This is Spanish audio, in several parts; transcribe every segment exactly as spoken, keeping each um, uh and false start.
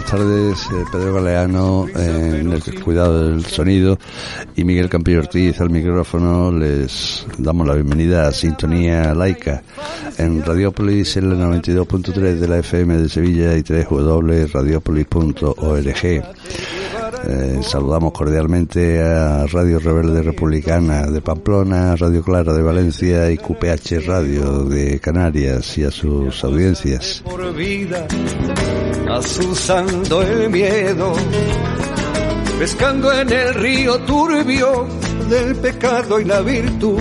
tardes, eh, Pedro Galeano eh, en el cuidado del sonido y Miguel Campillo Ortiz al micrófono. Les damos la bienvenida a Sintonía Laica en Radiópolis, en la noventa y dos punto tres de la F M de Sevilla y doble u doble u doble punto radiopolis punto org. Eh, saludamos cordialmente a Radio Rebelde Republicana de Pamplona, Radio Clara de Valencia y Q P H Radio de Canarias y a sus audiencias. Por vida, azuzando el miedo, pescando en el río turbio del pecado y la virtud.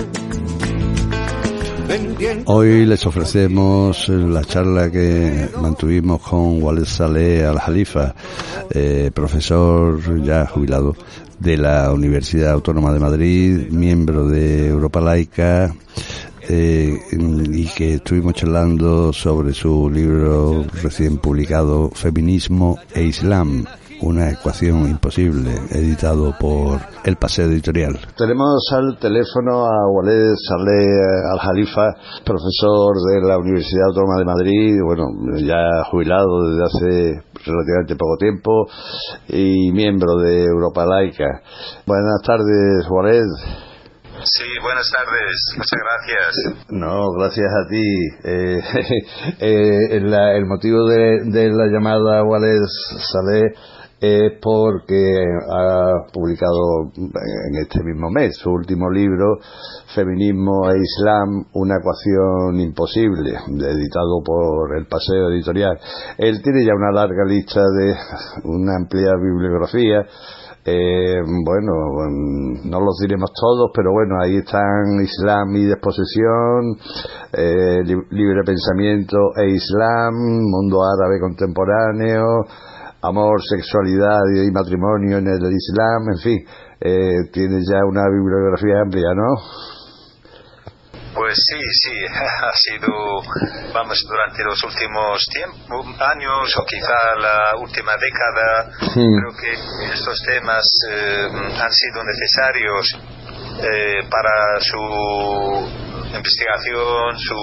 Hoy les ofrecemos la charla que mantuvimos con Walid Saleh Al-Jalifa, eh, profesor ya jubilado de la Universidad Autónoma de Madrid, miembro de Europa Laica, eh, y que estuvimos charlando sobre su libro recién publicado, Feminismo e Islam, una ecuación imposible, editado por El Paseo Editorial. Tenemos al teléfono a Walid Saleh Al-Jalifa, profesor de la Universidad Autónoma de Madrid, bueno, ya jubilado desde hace relativamente poco tiempo y miembro de Europa Laica. Buenas tardes, Walid. Sí, buenas tardes, muchas gracias. No, gracias a ti. Eh, eh, la, el motivo de, de la llamada, Walid Saleh, es porque ha publicado en este mismo mes su último libro, Feminismo e Islam, una ecuación imposible, editado por El Paseo Editorial. Él tiene ya una larga lista de una amplia bibliografía. Eh, bueno, no los diremos todos, pero bueno, ahí están Islam y Desposesión, eh, Libre Pensamiento e Islam, Mundo Árabe Contemporáneo, Amor, Sexualidad y Matrimonio en el Islam, en fin, eh, tiene ya una bibliografía amplia, ¿no? Pues sí, sí, ha sido, vamos, durante los últimos tiempos, años o quizá la última década, sí. Creo que estos temas eh, han sido necesarios eh, para su investigación, su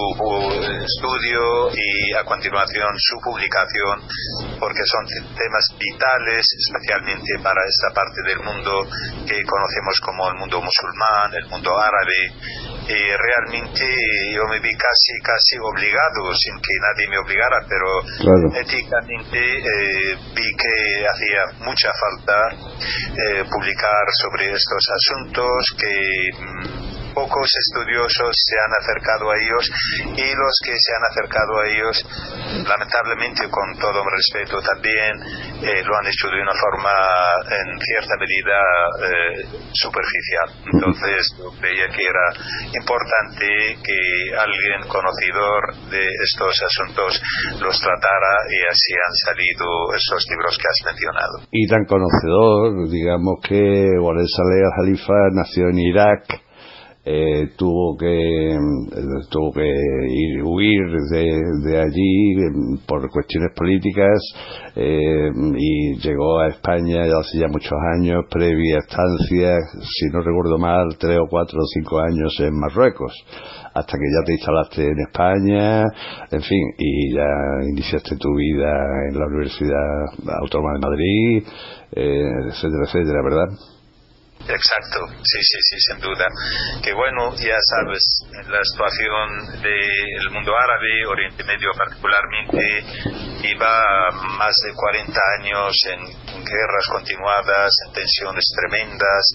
estudio y a continuación su publicación, porque son temas vitales, especialmente para esta parte del mundo que conocemos como el mundo musulmán, el mundo árabe. Y realmente yo me vi casi casi obligado, sin que nadie me obligara, pero claro, éticamente eh, vi que hacía mucha falta eh, publicar sobre estos asuntos, que mmm, pocos estudiosos se han acercado a ellos, y los que se han acercado a ellos, lamentablemente, con todo respeto también, eh, lo han hecho de una forma en cierta medida eh, superficial. Entonces yo creía que era importante que alguien conocedor de estos asuntos los tratara, y así han salido estos libros que has mencionado. Y tan conocedor, digamos, que Walid Saleh Al-Jalifa nació en Irak. Eh, tuvo que eh, tuvo que ir huir de, de allí eh, por cuestiones políticas, eh, y llegó a España hace ya muchos años, previa estancia, si no recuerdo mal, tres o cuatro o cinco años en Marruecos, hasta que ya te instalaste en España, en fin, y ya iniciaste tu vida en la Universidad Autónoma de Madrid, eh, etcétera, etcétera, ¿verdad? Exacto, sí, sí, sí, sin duda. Que bueno, ya sabes, la situación del mundo árabe, Oriente Medio particularmente, lleva más de cuarenta años en guerras continuadas, en tensiones tremendas.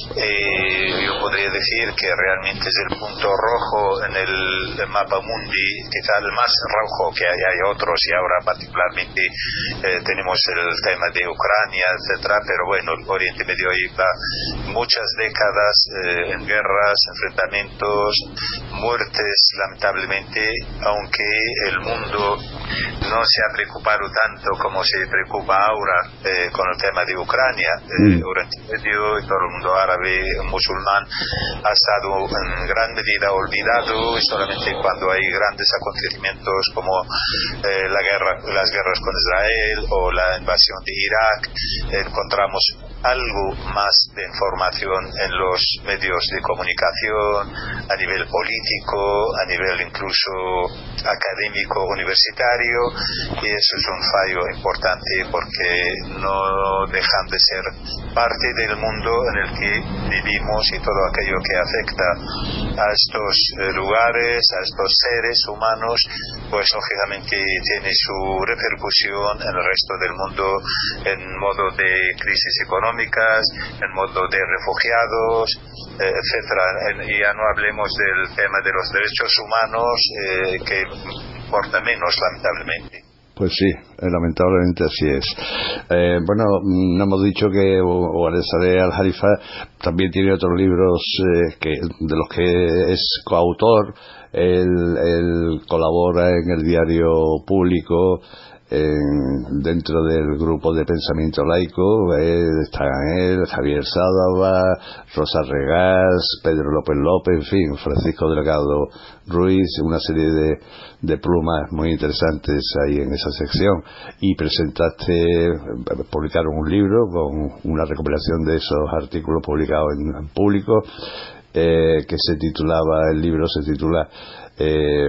Eh, yo podría decir que realmente es el punto rojo en el mapa mundi, quizá el más rojo, que hay, hay otros, y ahora particularmente eh, tenemos el tema de Ucrania, etcétera. Pero bueno, el Oriente Medio lleva muchas décadas eh, en guerras, enfrentamientos, muertes, lamentablemente, aunque el mundo no se ha preocupado tanto como se preocupa ahora eh, con el tema de Ucrania. Eh, Oriente Medio y todo el mundo árabe musulmán ha estado en gran medida olvidado, y solamente cuando hay grandes acontecimientos como eh, la guerra, las guerras con Israel o la invasión de Irak, eh, encontramos algo más de información en los medios de comunicación, a nivel político, a nivel incluso académico, universitario, y eso es un fallo importante porque no dejan de ser parte del mundo en el que vivimos y todo aquello que afecta a estos eh, lugares, a estos seres humanos, pues lógicamente tiene su repercusión en el resto del mundo en modo de crisis económicas, en modo de refugiados, eh, etcétera. Y ya no hablemos del tema de los derechos humanos, eh, que importa menos, lamentablemente. Pues sí, lamentablemente así es. Eh, bueno, no hemos dicho que Walid Saleh Al-Jalifa también tiene otros libros eh, que de los que es coautor. Él, él colabora en el diario Público, en, dentro del grupo de pensamiento laico. Eh, están él, Javier Sádava, Rosa Regás, Pedro López López, en fin, Francisco Delgado Ruiz, una serie de, de plumas muy interesantes ahí en esa sección. Y presentaste, publicaron un libro con una recopilación de esos artículos publicados en, en Público, eh, que se titulaba, el libro se titula eh,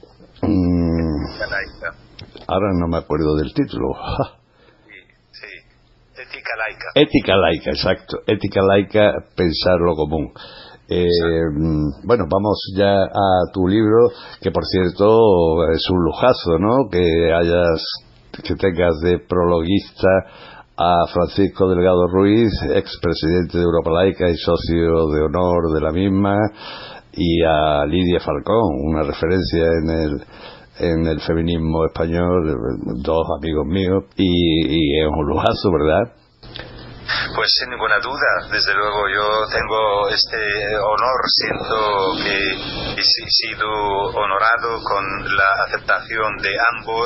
mmm, ahora no me acuerdo del título. Sí, sí. Ética laica. Ética laica, exacto. Ética laica, pensar lo común. Eh, bueno, vamos ya a tu libro, que por cierto es un lujazo, ¿no? Que hayas, que tengas de prologuista a Francisco Delgado Ruiz, expresidente de Europa Laica y socio de honor de la misma, y a Lidia Falcón, una referencia en el en el feminismo español, dos amigos míos, y, y es un lujazo, ¿verdad? Pues sin ninguna duda, desde luego yo tengo este honor, siento que he sido honorado con la aceptación de ambos.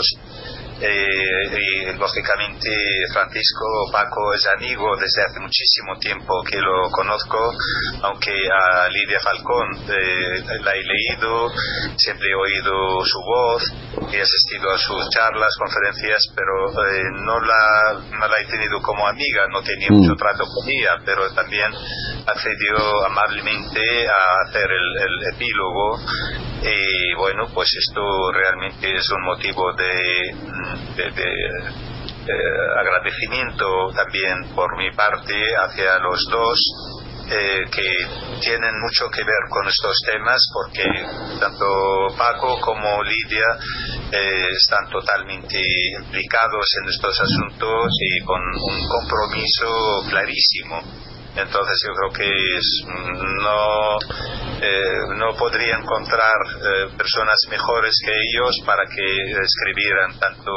Eh, y lógicamente Francisco Paco es amigo desde hace muchísimo tiempo que lo conozco, aunque a Lidia Falcón eh, la he leído, siempre he oído su voz, he asistido a sus charlas, conferencias, pero eh, no, la, no la he tenido como amiga, no tenía mucho trato con ella, pero también accedió amablemente a hacer el, el epílogo. Y bueno, pues esto realmente es un motivo de De, de eh, agradecimiento también por mi parte hacia los dos, eh, que tienen mucho que ver con estos temas, porque tanto Paco como Lidia eh, están totalmente implicados en estos asuntos y con un compromiso clarísimo. Entonces yo creo que es, no eh, no podría encontrar eh, personas mejores que ellos para que escribieran tanto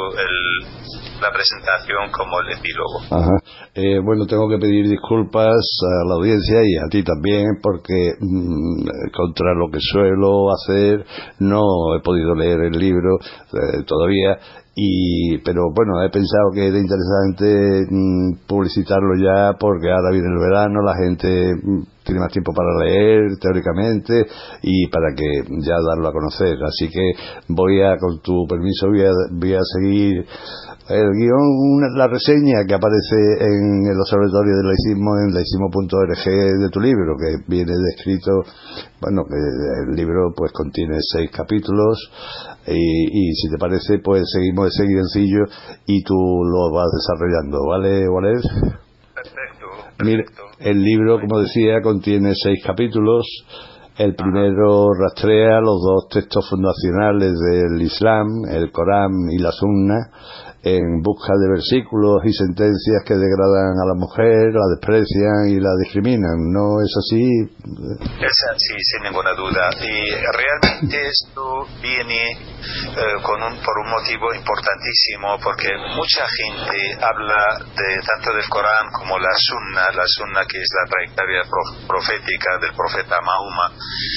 el, la presentación como el epílogo. Ajá. Eh, bueno, tengo que pedir disculpas a la audiencia y a ti también, porque mmm, contra lo que suelo hacer no he podido leer el libro eh, todavía. Y pero bueno, he pensado que era interesante mmm, publicitarlo ya, porque ahora viene el verano, la gente mmm, tiene más tiempo para leer teóricamente, y para que ya darlo a conocer. Así que voy a, con tu permiso, voy a, voy a seguir el guión, una, la reseña que aparece en el Observatorio del Laicismo, en laicismo punto org, de tu libro, que viene descrito. Bueno, el libro pues contiene seis capítulos, y, y si te parece pues seguimos ese guioncillo y tú lo vas desarrollando, ¿vale, Walid? Perfecto, perfecto. Mira, el libro, como decía, contiene seis capítulos. El primero rastrea los dos textos fundacionales del Islam, el Corán y la Sunna, en busca de versículos y sentencias que degradan a la mujer, la desprecian y la discriminan. ¿No es así? Es así, sin ninguna duda. Y realmente esto viene eh, con un, por un motivo importantísimo, porque mucha gente habla de tanto del Corán como la Sunna, la Sunna que es la trayectoria profética del profeta Mahoma,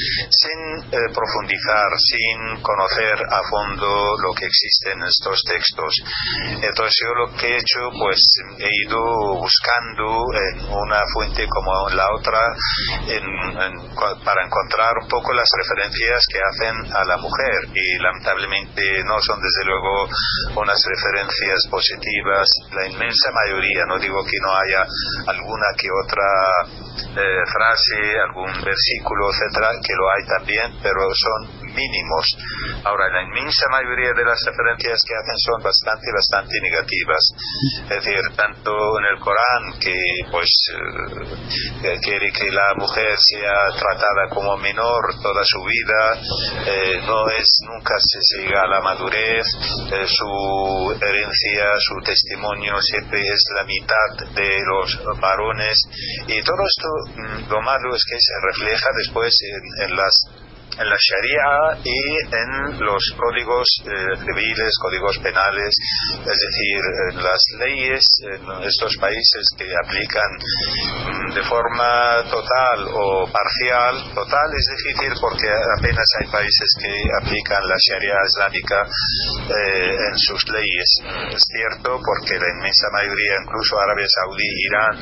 sin eh, profundizar, sin conocer a fondo lo que existe en estos textos. Entonces yo lo que he hecho, pues he ido buscando en una fuente como la otra en, en, para encontrar un poco las referencias que hacen a la mujer, y lamentablemente no son desde luego unas referencias positivas. La inmensa mayoría, no digo que no haya alguna que otra eh, frase, algún versículo, etcétera, que lo hay también, pero son mínimos. Ahora, la inmensa mayoría de las referencias que hacen son bastante, bastante negativas. Es decir, tanto en el Corán, que pues eh, quiere que la mujer sea tratada como menor toda su vida, eh, no es, nunca se llega a la madurez, eh, su herencia, su testimonio siempre es la mitad de los varones, y todo esto, lo malo es que se refleja después en, en las en la Sharia y en los códigos eh, civiles, códigos penales, es decir, en las leyes en estos países que aplican mm, de forma total o parcial. Total es difícil porque apenas hay países que aplican la Sharia islámica eh, en sus leyes. Es cierto, porque la inmensa mayoría, incluso Arabia Saudí, Irán,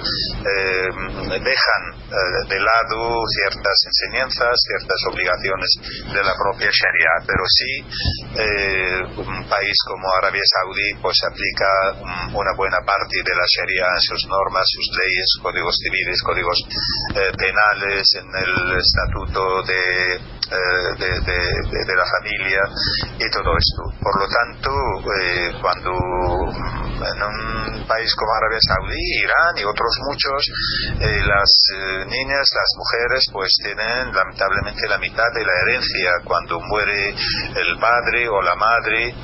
eh, dejan eh, de lado ciertas enseñanzas, ciertas obligaciones de la propia Sharia, pero sí eh, un país como Arabia Saudí pues aplica um, una buena parte de la Sharia en sus normas, sus leyes, códigos civiles, códigos eh, penales, en el estatuto de, eh, de, de, de, de la familia y todo esto. Por lo tanto, eh, cuando en un país como Arabia Saudí, Irán y otros muchos, eh, las eh, niñas, las mujeres pues tienen lamentablemente la mitad de la herencia cuando muere el padre o la madre,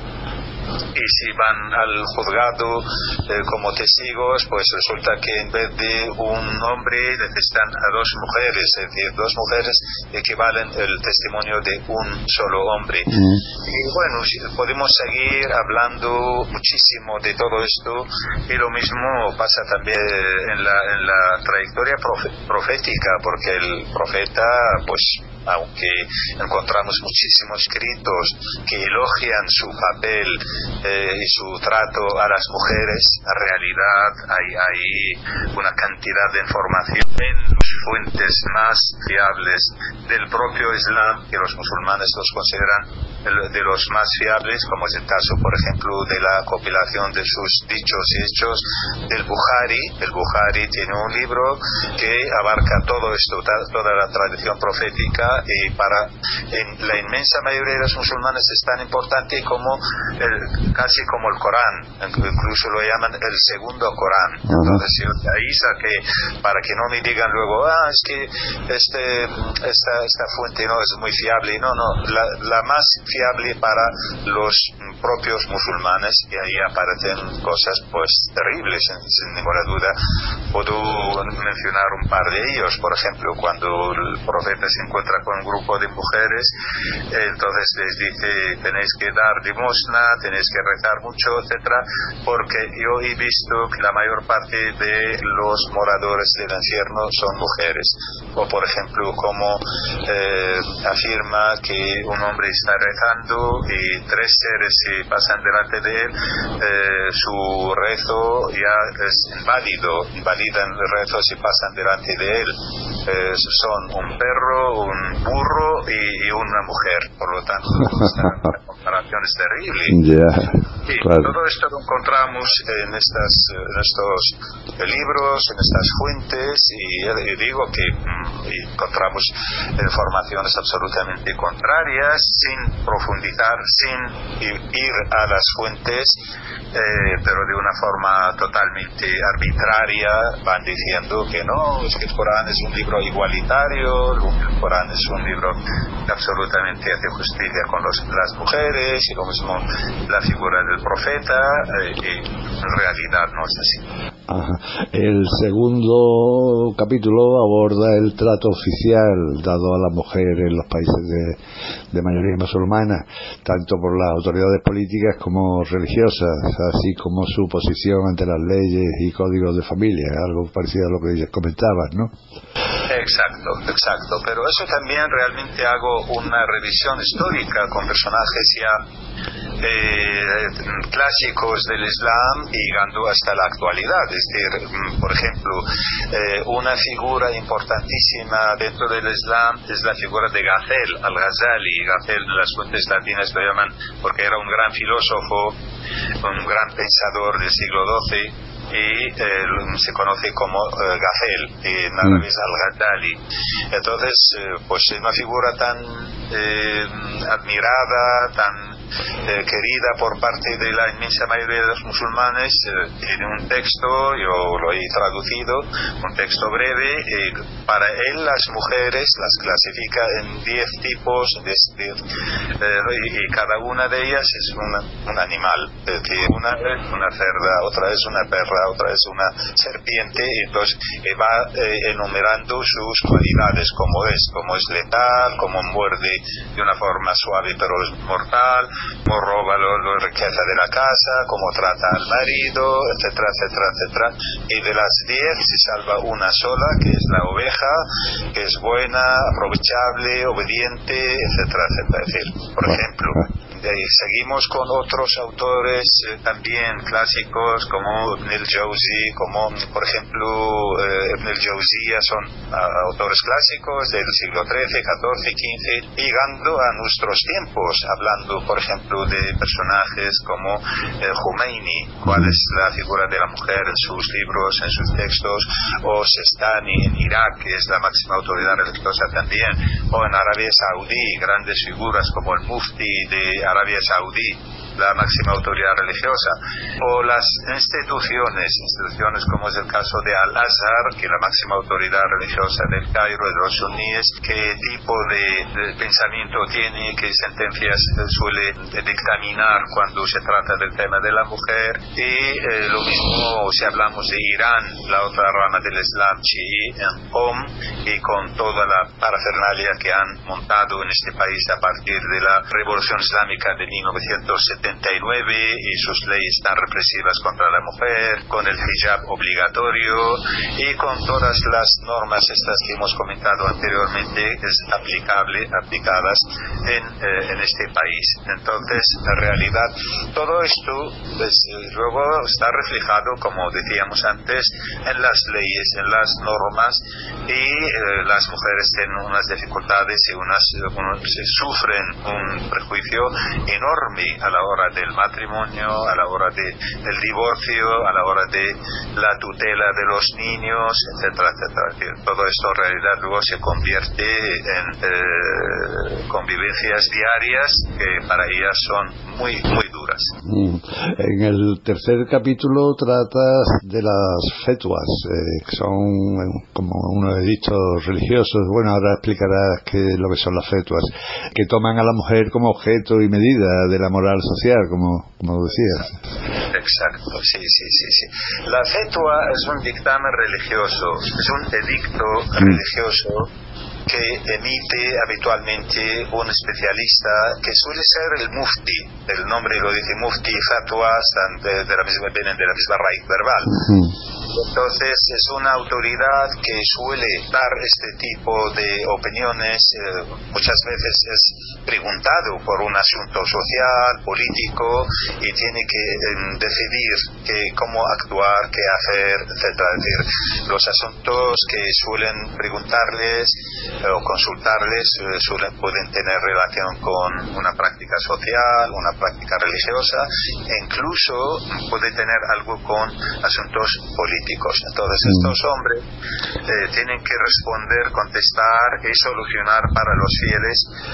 y si van al juzgado eh, como testigos, pues resulta que en vez de un hombre necesitan a dos mujeres, es decir, dos mujeres equivalen el testimonio de un solo hombre. Mm. Y bueno, podemos seguir hablando muchísimo de todo esto, y lo mismo pasa también en la, en la trayectoria profética, porque el profeta, pues aunque encontramos muchísimos escritos que elogian su papel eh, y su trato a las mujeres, en realidad hay, hay una cantidad de información en las fuentes más fiables del propio Islam, que los musulmanes los consideran de los más fiables, como es el caso, por ejemplo, de la compilación de sus dichos y hechos del Bukhari. El Bukhari tiene un libro que abarca todo esto, toda la tradición profética, y para en la inmensa mayoría de los musulmanes es tan importante como el, casi como el Corán, incluso lo llaman el segundo Corán. Entonces yo de ahí saqué, para que no me digan luego, ah, es que este esta, esta fuente no es muy fiable. No, no, la, la más fiable para los propios musulmanes, y ahí aparecen cosas pues terribles, sin, sin ninguna duda. Puedo mencionar un par de ellos. Por ejemplo, cuando el profeta se encuentra con un grupo de mujeres, eh, entonces les dice, tenéis que dar limosna, tenéis que rezar mucho, etcétera, porque yo he visto que la mayor parte de los moradores del infierno son mujeres. O por ejemplo, como eh, afirma que un hombre está rezando y tres seres se pasan delante de él, eh, su rezo ya es inválido, invalidan el rezo si pasan delante de él. Eh, son un perro, un burro y, y una mujer. Por lo tanto, esta comparación es terrible. Yeah, y claro. Todo esto lo encontramos en, estas, en estos libros, en estas fuentes, y, y digo que mm, encontramos informaciones absolutamente contrarias, sin profundizar, sin ir a las fuentes, eh, pero de una forma totalmente arbitraria van diciendo que no, es que el Corán es un libro igualitario, el Corán es un libro que absolutamente hace justicia con los, las mujeres, y lo mismo la figura del profeta, eh, y en realidad no es así. Ajá. El segundo capítulo aborda el trato oficial dado a la mujer en los países de, de mayoría musulmana, tanto por las autoridades políticas como religiosas, así como su posición ante las leyes y códigos de familia, algo parecido a lo que comentabas, ¿no? Exacto, exacto. Pero eso también realmente hago una revisión histórica con personajes ya eh, eh, clásicos del Islam, llegando hasta la actualidad. Es decir, por ejemplo, eh, una figura importantísima dentro del Islam es la figura de Ghazal, al-Ghazali. Ghazal en las fuentes latinas lo llaman porque era un gran filósofo, un gran pensador del siglo doce, y eh, se conoce como eh, Ghazal, en árabe es al-Ghazali. Entonces, eh, pues es una figura tan eh, admirada, tan eh, querida por parte de la inmensa mayoría de los musulmanes. Eh, tiene un texto, yo lo he traducido, un texto breve, y para él las mujeres las clasifica en diez tipos, de, de, eh, y, y cada una de ellas es una, un animal. Es decir, una es una cerda, otra es una perra, otra es una serpiente, y entonces eh, va eh, enumerando sus cualidades, como es, como es letal, como muerde de una forma suave pero es mortal, como roba la riqueza de la casa, como trata al marido, etcétera, etcétera, etcétera. Y de las diez se salva una sola, que es la oveja, que es buena, aprovechable, obediente, etcétera, etcétera. Es decir, por ejemplo, de ahí seguimos con otros autores eh, también clásicos como Ibn el-Jawzi, como por ejemplo eh, Ibn el-Jawziyya, son uh, autores clásicos del siglo trece, catorce, quince, llegando a nuestros tiempos, hablando por ejemplo de personajes como eh, Khomeini, cuál es la figura de la mujer en sus libros, en sus textos, o Sistani en Irak, que es la máxima autoridad religiosa también, o en Arabia Saudí, grandes figuras como el Mufti de Arabia Saudí, la máxima autoridad religiosa, o las instituciones, instituciones como es el caso de Al-Azhar, que es la máxima autoridad religiosa del Cairo, de los suníes, qué tipo de, de pensamiento tiene, qué sentencias suele dictaminar cuando se trata del tema de la mujer, y eh, lo mismo si hablamos de Irán, la otra rama del Islam chií, en Qom, y con toda la parafernalia que han montado en este país a partir de la Revolución Islámica de mil novecientos setenta y nueve y sus leyes tan represivas contra la mujer, con el hijab obligatorio y con todas las normas estas que hemos comentado anteriormente es aplicable, aplicadas en, eh, en este país. Entonces, en realidad, todo esto pues, luego está reflejado, como decíamos antes, en las leyes, en las normas, y eh, las mujeres tienen unas dificultades y unas, unos, se sufren un prejuicio enorme a la hora del matrimonio, a la hora de, del divorcio, a la hora de la tutela de los niños, etcétera, etcétera. Todo esto en realidad luego se convierte en eh, convivencias diarias que para ellas son muy, muy duras. En el tercer capítulo tratas de las fetuas, eh, que son, como uno ha dicho, religiosos. Bueno, ahora explicarás qué es lo que son las fetuas, que toman a la mujer como objeto y medida de la moral social, como, como decías. Exacto, sí, sí, sí, sí. La fetua es un dictamen religioso, es un edicto religioso que emite habitualmente un especialista que suele ser el mufti. El nombre lo dice mufti, fatwa, están de, de la misma, vienen de la misma raíz verbal. Entonces es una autoridad que suele dar este tipo de opiniones. Eh, muchas veces es preguntado por un asunto social, político, y tiene que eh, decidir que, cómo actuar, qué hacer, etcétera. Es decir, los asuntos que suelen preguntarles o consultarles eh, suelen, pueden tener relación con una práctica social, una práctica religiosa, e incluso puede tener algo con asuntos políticos. Entonces estos hombres eh, tienen que responder, contestar y solucionar para los fieles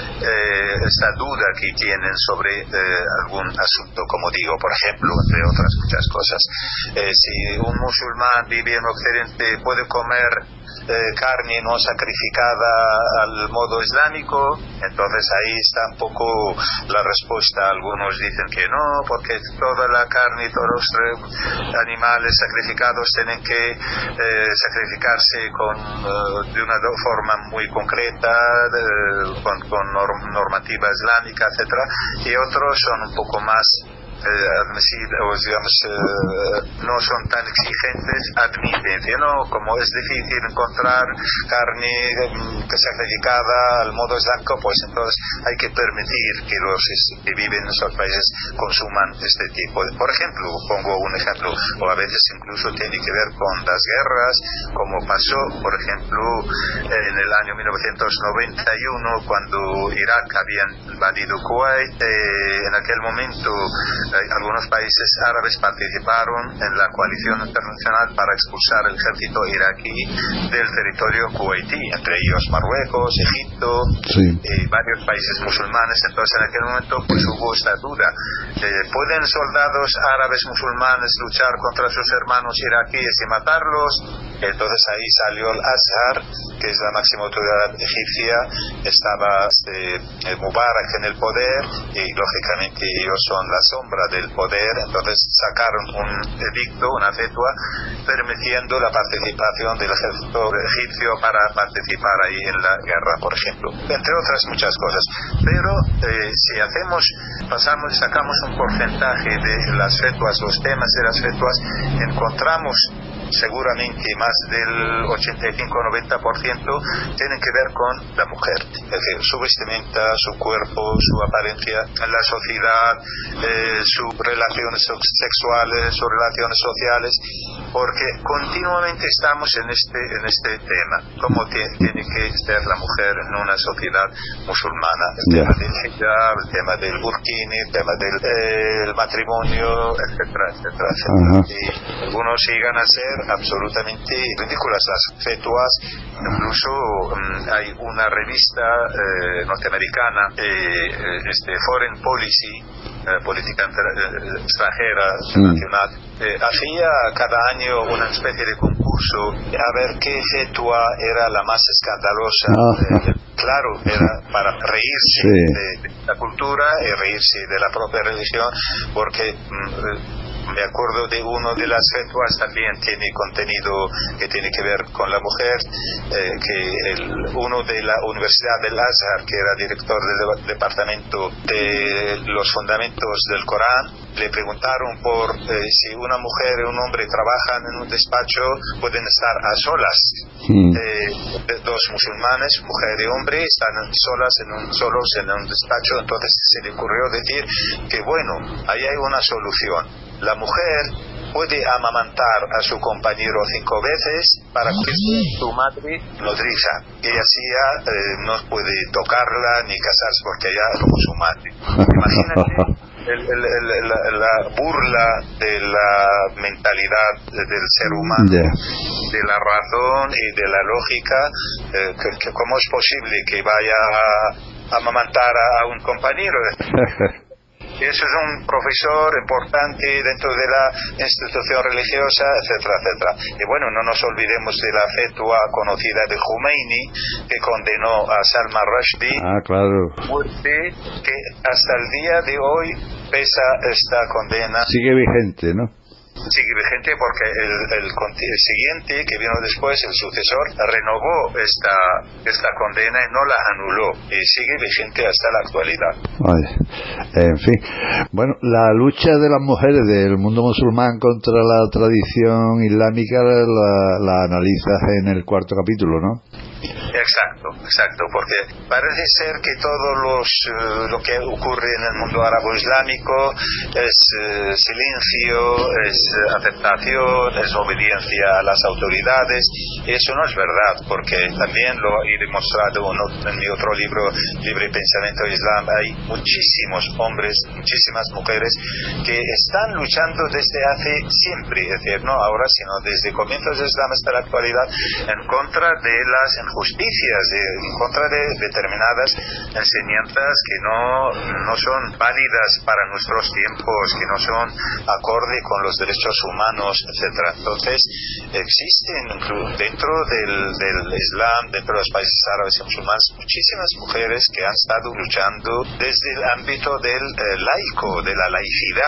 eh, esta duda que tienen sobre eh, algún asunto, como digo, por ejemplo, entre otras muchas cosas. Eh, si un musulmán vive en Occidente, puede comer Eh, carne no sacrificada al modo islámico, entonces ahí está un poco la respuesta. Algunos dicen que no, porque toda la carne y todos los animales sacrificados tienen que eh, sacrificarse con, uh, de una forma muy concreta, eh, con, con norm, normativa islámica, etcétera. Y otros son un poco más eh, admisibles, o digamos, eh, no son tan exigentes, admiten, ¿no? Como es difícil encontrar carne um, que sea dedicada al modo islámico, pues entonces hay que permitir que los que viven en esos países consuman este tipo de, por ejemplo, pongo un ejemplo, o a veces incluso tiene que ver con las guerras, como pasó, por ejemplo, en el año mil novecientos noventa y uno, cuando Irak había invadido Kuwait. Eh, en aquel momento eh, algunos países árabes participaron en la coalición internacional para expulsar el ejército iraquí del territorio kuwaití, entre ellos Marruecos, Egipto, sí. y varios países musulmanes. Entonces en aquel momento pues hubo esta duda, eh, ¿pueden soldados árabes musulmanes luchar contra sus hermanos iraquíes y matarlos? Entonces ahí salió el Azhar, que es la máxima autoridad egipcia. Estaba este, Mubarak en el poder y lógicamente ellos son la sombra del poder. Entonces sacaron un edicto, una fetua, permitiendo la participación del ejército egipcio para participar ahí en la guerra, por ejemplo, entre otras muchas cosas. Pero eh, si hacemos, pasamos, sacamos un porcentaje de las fetuas, los temas de las fetuas, encontramos seguramente más del ochenta y cinco a noventa por ciento tienen que ver con la mujer, es decir, su vestimenta, su cuerpo, su apariencia en la sociedad, eh, sus relaciones sexuales, sus relaciones sociales, porque continuamente estamos en este en este tema, cómo tiene, tiene que ser la mujer en una sociedad musulmana, el yeah. tema del hijab, el tema del burkini, el tema del eh, el matrimonio, etcétera, etcétera, etcétera. Uh-huh. Y algunos llegan a ser absolutamente ridículas las fetuas. Incluso um, hay una revista eh, norteamericana, eh, este Foreign Policy, eh, política eh, extranjera internacional, mm. eh, hacía cada año una especie de concurso a ver qué fetua era la más escandalosa. Oh. Eh, claro, era para reírse sí. de, de la cultura y reírse de la propia religión, porque mm, me acuerdo de uno de las fetuas, también tiene contenido que tiene que ver con la mujer, eh, que el, uno de la Universidad del Azhar, que era director del departamento de los fundamentos del Corán, le preguntaron por eh, si una mujer y un hombre trabajan en un despacho, pueden estar a solas. Mm. Eh, dos musulmanes, mujer y hombre, están solas en un, solos en un despacho. Entonces se le ocurrió decir que bueno, ahí hay una solución. La mujer puede amamantar a su compañero cinco veces para que su madre nodriza. Ella sí ya eh, no puede tocarla ni casarse porque ella es como su madre. Imagínate el, el, el, la, la burla de la mentalidad del ser humano, yeah. de la razón y de la lógica. Eh, que, que ¿Cómo es posible que vaya a amamantar a, a un compañero? Eso es un profesor importante dentro de la institución religiosa, etcétera, etcétera. Y bueno, no nos olvidemos de la fetua conocida de Khomeini, que condenó a Salman Rushdie, ah, claro. muerte, que hasta el día de hoy pesa esta condena. Sigue vigente, ¿no? Sigue vigente porque el, el, el siguiente que vino después, el sucesor, renovó esta esta condena y no la anuló, y sigue vigente hasta la actualidad. Ay, en fin, bueno, la lucha de las mujeres del mundo musulmán contra la tradición islámica la, la analizas en el cuarto capítulo, ¿no? Exacto, exacto, porque parece ser que todo los, uh, lo que ocurre en el mundo árabe-islámico es uh, silencio, es uh, aceptación, es obediencia a las autoridades, y eso no es verdad, porque también lo he demostrado en mi otro libro, Libre Pensamiento Islam. Hay muchísimos hombres, muchísimas mujeres que están luchando desde hace siempre, es decir, no ahora, sino desde comienzos del Islam hasta la actualidad, en contra de las injusticias, en contra de determinadas enseñanzas que no, no son válidas para nuestros tiempos, que no son acorde con los derechos humanos, etcétera. Entonces existen dentro del, del Islam, dentro de los países árabes y musulmanes, muchísimas mujeres que han estado luchando desde el ámbito del eh, laico, de la laicidad.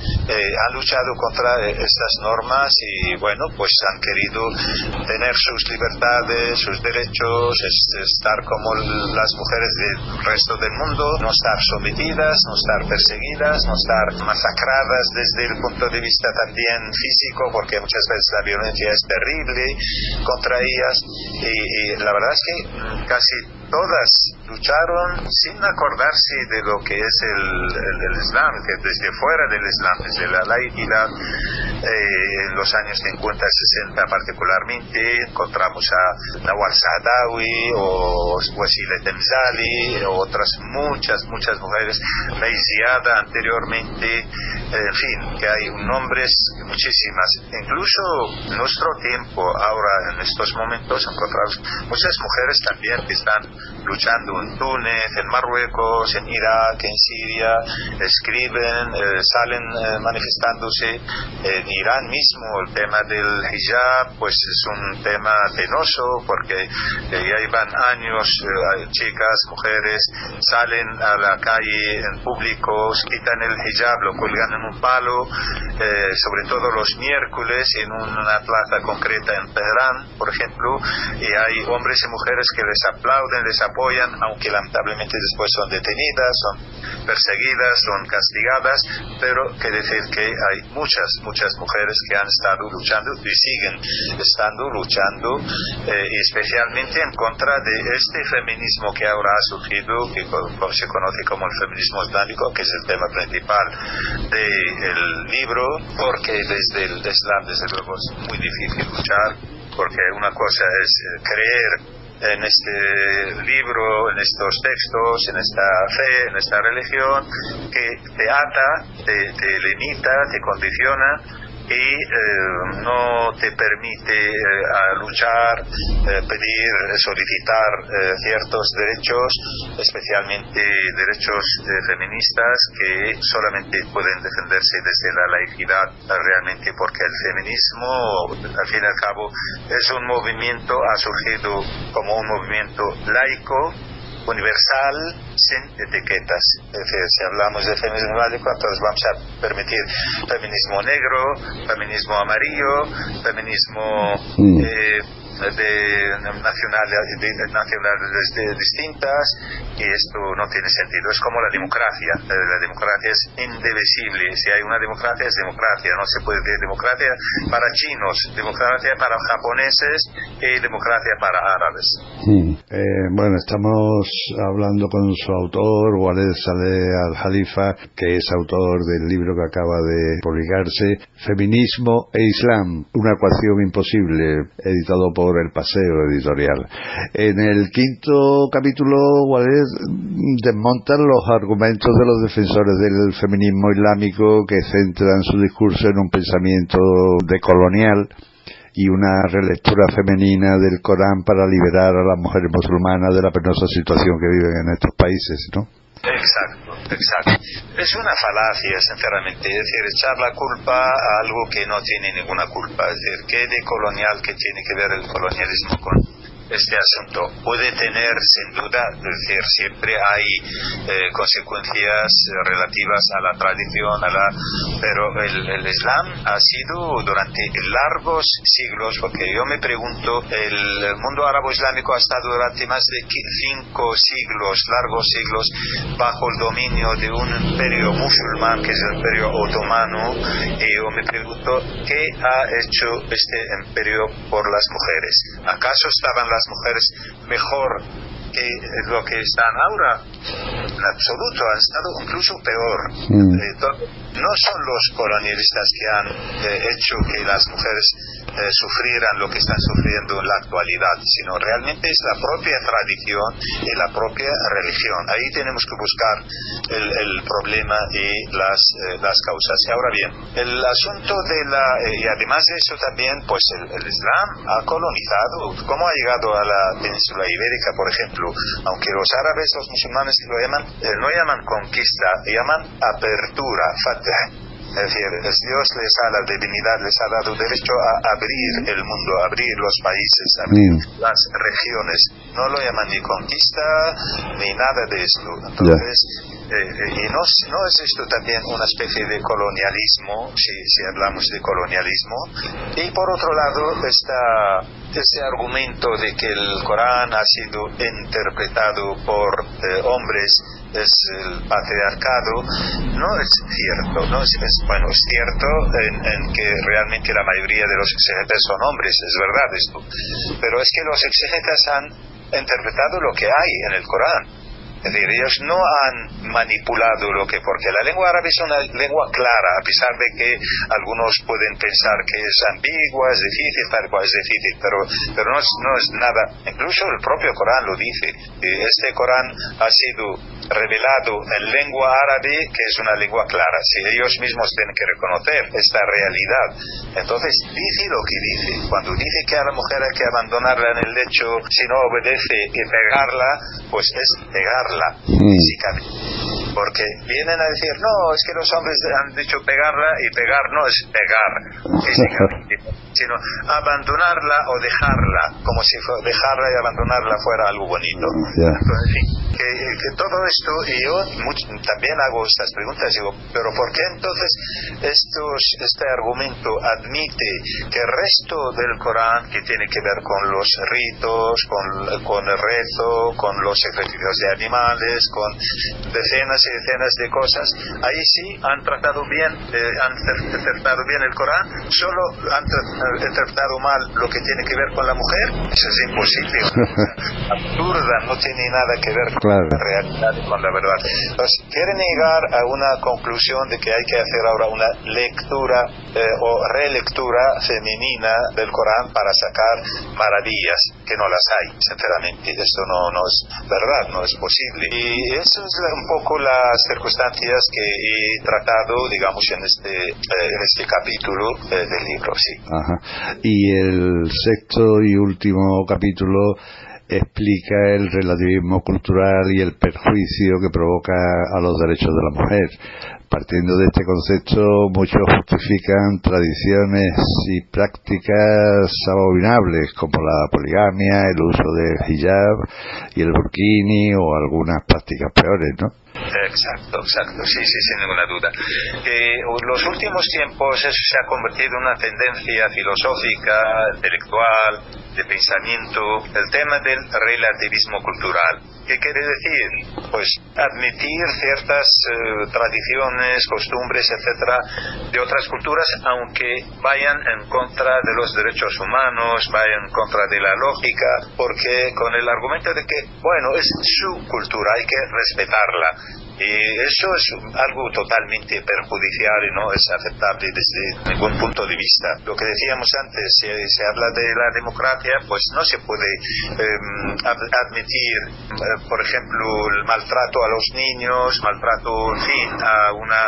eh, han luchado contra eh, estas normas y bueno, pues han querido tener sus libertades, sus derechos, es, estar como las mujeres del resto del mundo, no estar sometidas, no estar perseguidas, no estar masacradas desde el punto de vista también físico, porque muchas veces la violencia es terrible contra ellas y, y la verdad es que casi todas lucharon sin acordarse de lo que es el, el, el Islam, que desde fuera del Islam, desde la laicidad, eh, en los años cincuenta sesenta particularmente, encontramos a Nawal Saadawi o Wasila Temzali, o otras muchas, muchas mujeres, Meisiada anteriormente, en fin, que hay nombres muchísimas. Incluso en nuestro tiempo, ahora en estos momentos, encontramos muchas mujeres también que están luchando en Túnez, en Marruecos, en Irak, en Siria, escriben, eh, salen eh, manifestándose. En Irán mismo el tema del hijab pues es un tema penoso porque eh, ya llevan años, eh, chicas, mujeres, salen a la calle en público, quitan el hijab, lo cuelgan en un palo, eh, sobre todo los miércoles en una plaza concreta en Teherán, por ejemplo, y hay hombres y mujeres que les aplauden, les apoyan, aunque lamentablemente después son detenidas, son perseguidas, son castigadas, pero que decir que hay muchas, muchas mujeres que han estado luchando y siguen estando luchando, eh, especialmente en contra de este feminismo que ahora ha surgido, que se conoce como el feminismo islámico, que es el tema principal del libro, porque desde el Islam, desde luego, es muy difícil luchar, porque una cosa es eh, creer en este libro, en estos textos, en esta fe, en esta religión, que te ata, te, te limita, te condiciona y eh, no te permite eh, a luchar, eh, pedir, solicitar eh, ciertos derechos, especialmente derechos eh, feministas que solamente pueden defenderse desde la laicidad, realmente, porque el feminismo, al fin y al cabo, es un movimiento, ha surgido como un movimiento laico, universal, sin etiquetas. Es decir, si hablamos de feminismo laico, entonces vamos a permitir feminismo negro, feminismo amarillo, feminismo mm. eh, de nacionalidades de, nacionalidades de distintas, y esto no tiene sentido. Es como la democracia. La democracia es indivisible. Si hay una democracia, es democracia. No se puede decir democracia para chinos, democracia para japoneses y democracia para árabes. Hmm. Eh, bueno, estamos hablando con su autor, Waled Saleh Al-Jalifa, que es autor del libro que acaba de publicarse, Feminismo e Islam, una ecuación imposible, editado por El Paseo Editorial. En el quinto capítulo, Waled desmonta los argumentos de los defensores del feminismo islámico, que centran su discurso en un pensamiento decolonial y una relectura femenina del Corán para liberar a las mujeres musulmanas de la penosa situación que viven en estos países, ¿no? Exacto, exacto. Es una falacia, sinceramente, es decir, echar la culpa a algo que no tiene ninguna culpa. Es decir, ¿qué de colonial que tiene que ver el colonialismo con este asunto? Puede tener, sin duda, es decir, siempre hay eh, consecuencias relativas a la tradición, a la, pero el, el Islam ha sido durante largos siglos, porque yo me pregunto, el mundo árabe-islámico ha estado durante más de cinco siglos, largos siglos, bajo el dominio de un imperio musulmán, que es el imperio otomano, y yo me pregunto, ¿qué ha hecho este imperio por las mujeres? ¿Acaso estaban las mujeres mejor que lo que están ahora? En absoluto, han estado incluso peor. Mm. No son los colonialistas que han eh, hecho que las mujeres eh, sufrieran lo que están sufriendo en la actualidad, sino realmente es la propia tradición y la propia religión. Ahí tenemos que buscar el, el problema y las, eh, las causas. Y ahora bien, el asunto de la... Eh, y además de eso también, pues el, el Islam ha colonizado. ¿Cómo ha llegado a la península ibérica, por ejemplo? Aunque los árabes, los musulmanes lo llaman, eh, no llaman conquista, llaman apertura, fatah. Es decir, Dios les ha, la divinidad les ha dado derecho a abrir el mundo, abrir los países, abrir mm. las regiones. No lo llaman ni conquista ni nada de esto. Entonces, yeah. eh, y no, no es esto también una especie de colonialismo, si, si hablamos de colonialismo. Y por otro lado está ese argumento de que el Corán ha sido interpretado por eh, hombres, es el patriarcado. No es cierto, no es, es bueno, es cierto en, en que realmente la mayoría de los exégetas son hombres, es verdad esto, pero es que los exégetas han interpretado lo que hay en el Corán. Es decir, ellos no han manipulado lo que... Porque la lengua árabe es una lengua clara, a pesar de que algunos pueden pensar que es ambigua, es difícil, tal cual es difícil, pero, pero no, es, no es nada... Incluso el propio Corán lo dice. Este Corán ha sido revelado en lengua árabe, que es una lengua clara. Si ellos mismos tienen que reconocer esta realidad. Entonces, dice lo que dice. Cuando dice que a la mujer hay que abandonarla en el lecho si no obedece y pegarla, pues es pegarla. Físicamente, porque vienen a decir no, es que los hombres han dicho pegarla, y pegar no es pegar físicamente, sino abandonarla o dejarla, como si dejarla y abandonarla fuera algo bonito. Yeah. Entonces, en fin, que, que todo esto, y yo mucho, también hago estas preguntas, digo, pero ¿por qué entonces estos, este argumento admite que el resto del Corán, que tiene que ver con los ritos, con, con el rezo, con los sacrificios de animales, con decenas y decenas de cosas, ahí sí han tratado bien, eh, han interpretado bien el Corán, solo han interpretado mal lo que tiene que ver con la mujer? Eso es imposible, absurda, no tiene nada que ver con claro. la realidad y con la verdad. Entonces, quieren llegar a una conclusión de que hay que hacer ahora una lectura eh, o relectura femenina del Corán para sacar maravillas, que no las hay, sinceramente. Esto no, no es verdad, no es posible. Y eso es un poco las circunstancias que he tratado, digamos, en este, eh, en este capítulo eh, del libro, sí. Ajá. Y el sexto y último capítulo explica el relativismo cultural y el perjuicio que provoca a los derechos de la mujer. Partiendo de este concepto, muchos justifican tradiciones y prácticas abominables como la poligamia, el uso del hijab y el burkini, o algunas prácticas peores, ¿no? Exacto, exacto, sí, sí, sin ninguna duda. Eh, en los últimos tiempos eso se ha convertido en una tendencia filosófica, intelectual, de pensamiento, el tema del relativismo cultural. ¿Qué quiere decir? Pues admitir ciertas eh, tradiciones, costumbres, etcétera, de otras culturas, aunque vayan en contra de los derechos humanos, vayan en contra de la lógica, porque con el argumento de que, bueno, es su cultura, hay que respetarla. Y eso es algo totalmente perjudicial y no es aceptable desde ningún punto de vista. Lo que decíamos antes, si se habla de la democracia, pues no se puede eh, admitir, eh, por ejemplo, el maltrato a los niños, maltrato, en fin, a una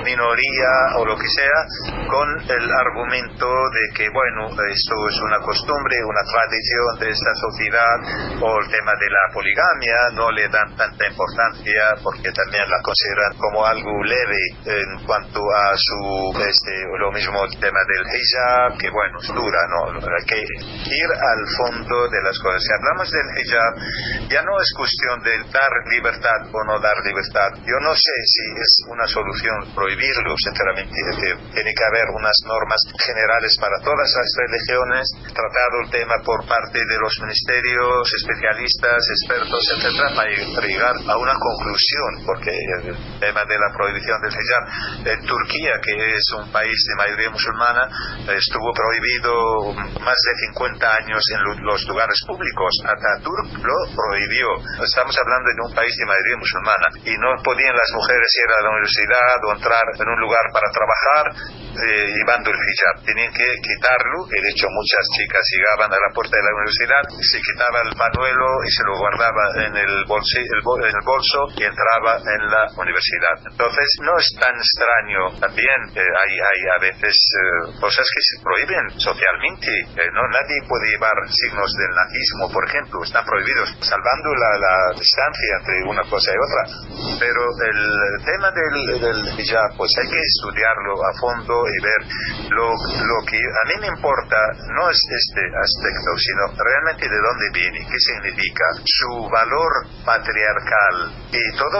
minoría o lo que sea, con el argumento de que, bueno, esto es una costumbre, una tradición de esta sociedad, o el tema de la poligamia, no le dan tanta importancia porque también la consideran como algo leve en cuanto a su, este, lo mismo el tema del hijab, que bueno, es dura, ¿no? Hay que ir al fondo de las cosas. Si hablamos del hijab, ya no es cuestión de dar libertad o no dar libertad. Yo no sé si es una solución prohibirlo, sinceramente. Es decir, tiene que haber unas normas generales para todas las religiones, tratado el tema por parte de los ministerios, especialistas, expertos, etcétera, para llegar a una conclusión, porque el tema de la prohibición del hijab en Turquía, que es un país de mayoría musulmana, estuvo prohibido más de cincuenta años en los lugares públicos. Atatürk lo prohibió. Estamos hablando de un país de mayoría musulmana y no podían las mujeres ir a la universidad o entrar en un lugar para trabajar eh, llevando el hijab. Tenían que quitarlo, y de hecho muchas chicas llegaban a la puerta de la universidad, se quitaba el pañuelo y se lo guardaba en el bolso, el bol, en el bolso y entraba en la universidad. Entonces no es tan extraño. También eh, hay, hay a veces eh, cosas que se prohíben socialmente. Eh, no, nadie puede llevar signos del nazismo, por ejemplo, están prohibidos, salvando la, la distancia entre una cosa y otra. Pero el tema del, del hijab, pues hay que estudiarlo a fondo y ver lo, lo que a mí me importa no es este aspecto, sino realmente de dónde viene, qué significa, su valor patriarcal. Y todo esto es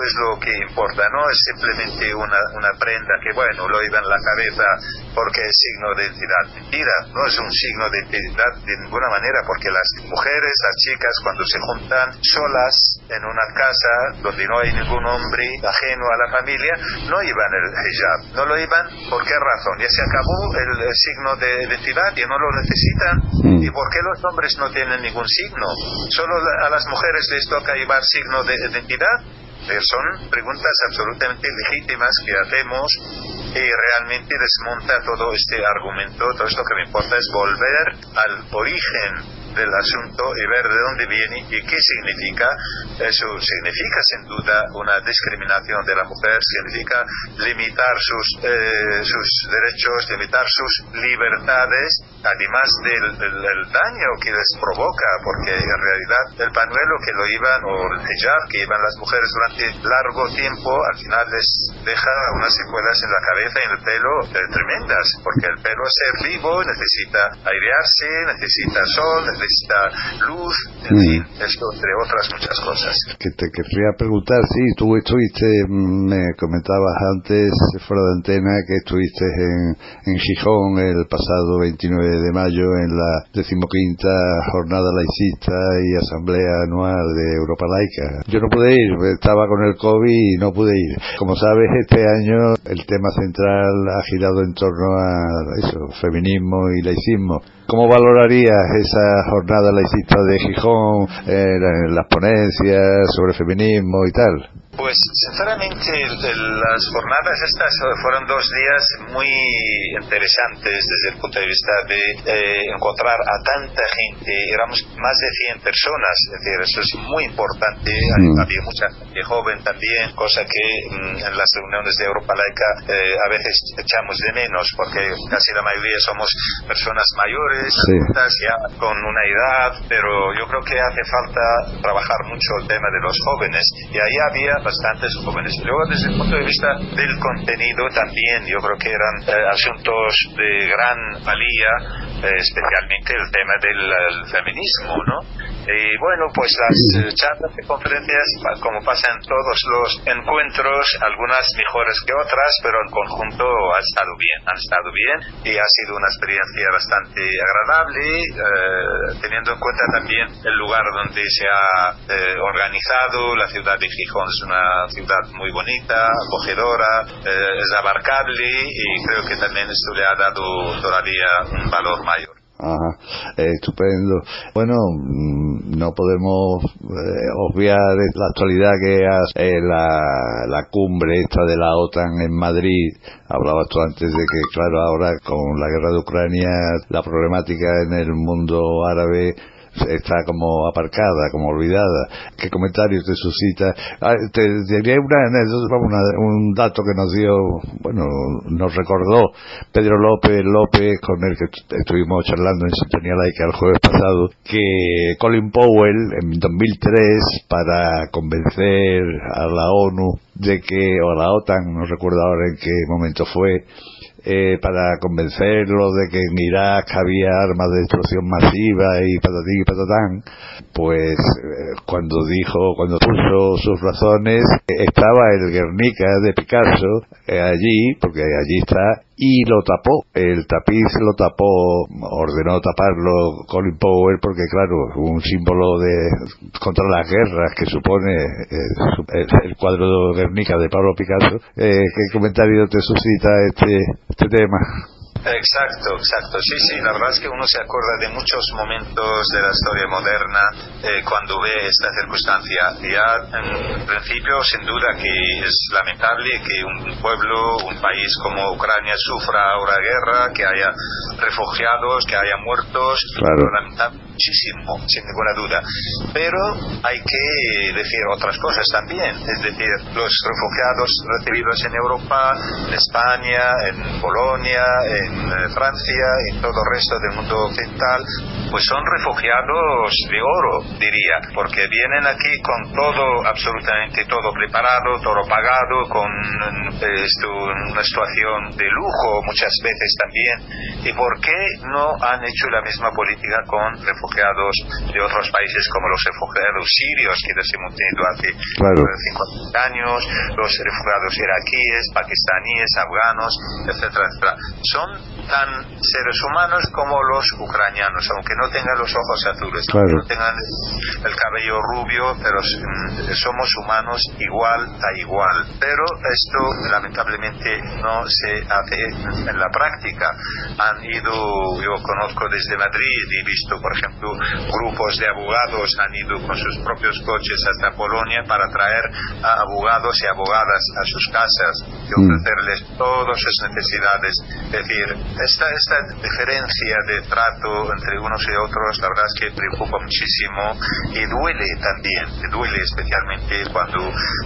es lo que importa, no es simplemente una, una prenda que, bueno, lo lleva en la cabeza porque es signo de identidad. Mentira, no es un signo de identidad de ninguna manera, porque las mujeres, las chicas, cuando se juntan solas en una casa donde no hay ningún hombre ajeno a la familia, no llevan el hijab. No lo llevan, ¿por qué razón? Ya se acabó el, el signo de identidad y no lo necesitan. Mm. ¿Y por qué los hombres no tienen ningún signo? ¿Solo a las mujeres les toca llevar signo de identidad? Eh, son preguntas absolutamente legítimas que hacemos y realmente desmonta todo este argumento. Todo esto que me importa es volver al origen del asunto y ver de dónde viene y qué significa. Eso significa sin duda una discriminación de la mujer, significa limitar sus, eh, sus derechos, limitar sus libertades, además del, del, del daño que les provoca, porque en realidad el pañuelo que lo llevan, o el hijab que llevan las mujeres durante largo tiempo, al final les deja unas secuelas en la cabeza y en el pelo eh, tremendas, porque el pelo es ser vivo, necesita airearse, necesita sol, necesita luz, en mm. fin, esto entre otras muchas cosas. Que te querría preguntar, sí, tú estuviste, me comentabas antes, fuera de antena, que estuviste en, en Gijón el pasado veintinueve de mayo en la decimoquinta jornada laicista y asamblea anual de Europa Laica. Yo no pude ir, estaba con el COVID y no pude ir. Como sabes, este año el tema central ha girado en torno a eso, feminismo y laicismo. ¿Cómo valorarías esa jornada laicista de Gijón, eh, las ponencias sobre feminismo y tal? Pues sinceramente el, las jornadas estas fueron dos días muy interesantes desde el punto de vista de eh, encontrar a tanta gente. Éramos más de cien personas, es decir, eso es muy importante. Mm. Había mucha gente joven también, cosa que mm, en las reuniones de Europa Laica eh, a veces echamos de menos, porque casi la mayoría somos personas mayores, sí, adultas, ya con una edad, pero yo creo que hace falta trabajar mucho el tema de los jóvenes, y ahí había bastantes jóvenes. Luego, desde el punto de vista del contenido también, yo creo que eran eh, asuntos de gran valía, eh, especialmente el tema del el feminismo, ¿no? Y bueno, pues las eh, charlas y conferencias, como pasa en todos los encuentros, algunas mejores que otras, pero en conjunto han estado bien, han estado bien, y ha sido una experiencia bastante agradable, eh, teniendo en cuenta también el lugar donde se ha eh, organizado. La ciudad de Gijón es una ciudad muy bonita, acogedora, eh, es abarcable, y creo que también esto le ha dado todavía un valor mayor. Ajá, eh, estupendo. Bueno, no podemos eh, obviar la actualidad que es eh, la, la cumbre esta de la OTAN en Madrid. Hablabas tú antes de que, claro, ahora con la guerra de Ucrania, la problemática en el mundo árabe está como aparcada, como olvidada. ¿Qué comentarios te suscita? Ah, te diría una anécdota, una, un dato que nos dio, bueno, nos recordó Pedro López López, con el que estuvimos charlando en Sintonía Laica el jueves pasado, que Colin Powell en dos mil tres, para convencer a la ONU de que, o a la OTAN, no recuerdo ahora en qué momento fue, Eh, para convencerlo de que en Irak había armas de destrucción masiva y patatín y patatán, pues eh, cuando dijo, cuando puso sus razones, eh, estaba el Guernica de Picasso eh, allí, porque allí está, y lo tapó, el tapiz lo tapó, ordenó taparlo Colin Powell, porque claro, un símbolo de contra las guerras que supone eh, el, el cuadro de Guernica de Pablo Picasso. Eh, ¿qué comentario te suscita este, este tema? Exacto, exacto. Sí, sí, la verdad es que uno se acuerda de muchos momentos de la historia moderna eh, cuando ve esta circunstancia. Ya, en principio, sin duda que es lamentable que un pueblo, un país como Ucrania sufra ahora guerra, que haya refugiados, que haya muertos. Claro. Lamentable muchísimo, sin ninguna duda. Pero hay que decir otras cosas también. Es decir, los refugiados recibidos en Europa, en España, en Polonia, en en Francia y todo el resto del mundo occidental pues son refugiados de oro, diría, porque vienen aquí con todo, absolutamente todo preparado, todo pagado, con eh, esto, una situación de lujo muchas veces también. ¿Y por qué no han hecho la misma política con refugiados de otros países, como los refugiados sirios que les hemos tenido hace claro. cincuenta años, los refugiados iraquíes, pakistaníes, afganos, etcétera, etcétera? Son tan seres humanos como los ucranianos, aunque no tengan los ojos azules, claro. aunque no tengan el cabello rubio, pero somos humanos igual a igual. Pero esto lamentablemente no se hace en la práctica. Han ido, yo conozco desde Madrid y he visto, por ejemplo, grupos de abogados han ido con sus propios coches hasta Polonia para traer a abogados y abogadas a sus casas y ofrecerles todas sus necesidades. Es decir, esta, esta diferencia de trato entre unos y otros, la verdad es que preocupa muchísimo y duele también, duele especialmente cuando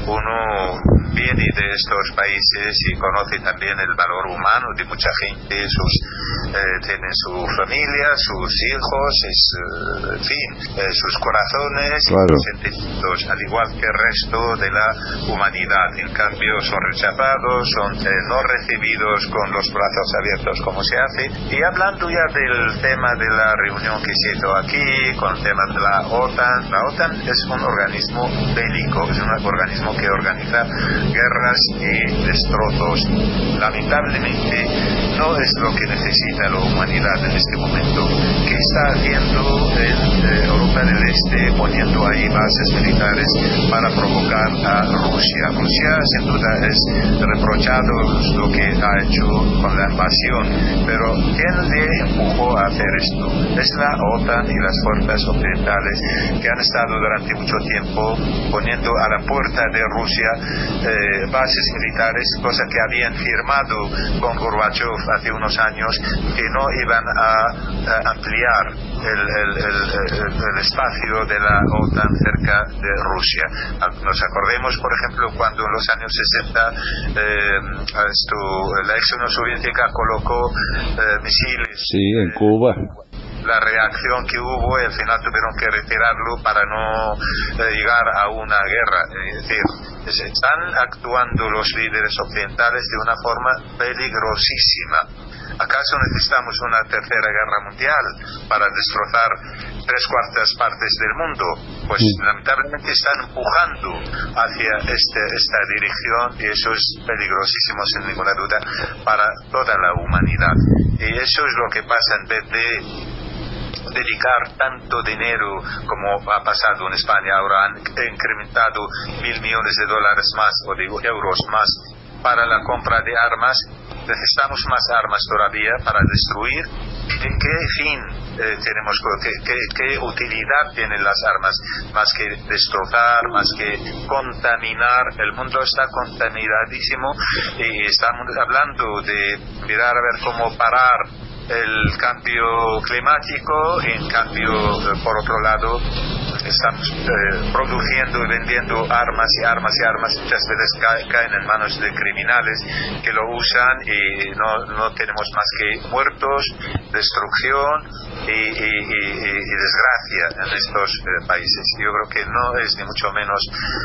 uno viene de estos países y conoce también el valor humano de mucha gente, sus eh, tienen su familia, sus hijos, es, eh, en fin, eh, sus corazones, claro. sus sentimientos, al igual que el resto de la humanidad. En cambio, son rechazados, son eh, no recibidos con los brazos abiertos como se hace. Y hablando ya del tema de la reunión que se hizo aquí, con el tema de la OTAN, la OTAN es un organismo bélico, es un organismo que organiza guerras y destrozos. Lamentablemente no es lo que necesita la humanidad en este momento. ¿Qué está haciendo en eh, Europa del Este, poniendo ahí bases militares para provocar a Rusia? Rusia sin duda es reprochado lo que ha hecho con la invasión, pero ¿quién le empujó a hacer esto? Es la OTAN y las fuerzas occidentales que han estado durante mucho tiempo poniendo a la puerta de Rusia eh, bases militares, cosa que habían firmado con Gorbachev hace unos años, que no iban a, a ampliar el, el, el, el, el espacio de la OTAN cerca de Rusia. Nos acordemos, por ejemplo, cuando en los años sesenta eh, esto, la ex Unión Soviética colocó eh, misiles sí, en Cuba. La reacción que hubo, y al final tuvieron que retirarlo para no eh, llegar a una guerra. Es decir, están actuando los líderes occidentales de una forma peligrosísima. ¿Acaso necesitamos una tercera guerra mundial para destrozar tres cuartas partes del mundo? Pues sí. Lamentablemente están empujando hacia este, esta dirección, y eso es peligrosísimo sin ninguna duda para toda la humanidad. Y eso es lo que pasa en vez de dedicar tanto dinero como ha pasado en España. Ahora han incrementado mil millones de dólares más, o de euros más, para la compra de armas. Necesitamos más armas todavía para destruir. ¿En qué fin eh, tenemos, qué, qué, qué utilidad tienen las armas? Más que destrozar, más que contaminar. El mundo está contaminadísimo y estamos hablando de mirar a ver cómo parar el cambio climático, y en cambio, por otro lado, estamos eh, produciendo y vendiendo armas y armas y armas. Muchas veces caen, caen en manos de criminales que lo usan, y no, no tenemos más que muertos, destrucción y, y, y, y desgracia en estos eh, países. Yo creo que no es ni mucho menos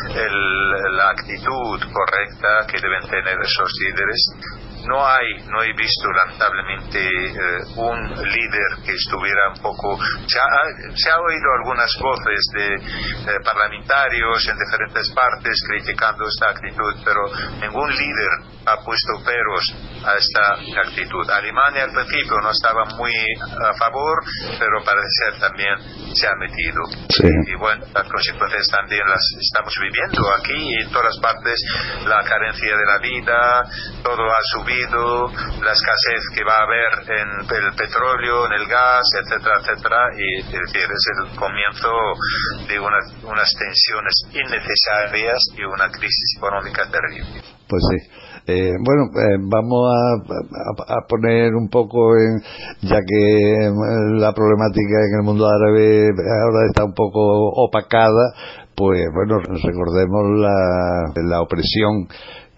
el, la actitud correcta que deben tener esos líderes. No hay, no he visto lamentablemente eh, un líder que estuviera un poco... Se ha, se ha oído algunas voces de eh, parlamentarios en diferentes partes criticando esta actitud, pero ningún líder ha puesto peros a esta actitud. Alemania al principio no estaba muy a favor, pero parece ser también se ha metido. Sí. Y bueno, las consecuencias también las estamos viviendo aquí y en todas partes. La carencia de la vida, todo ha subido, la escasez que va a haber en el petróleo, en el gas, etcétera, etcétera, y es decir, es el comienzo de unas, unas tensiones innecesarias y una crisis económica terrible. Pues sí. Eh, bueno, eh, vamos a, a, a poner un poco en, ya que eh, la problemática en el mundo árabe ahora está un poco opacada, pues bueno, recordemos la, la opresión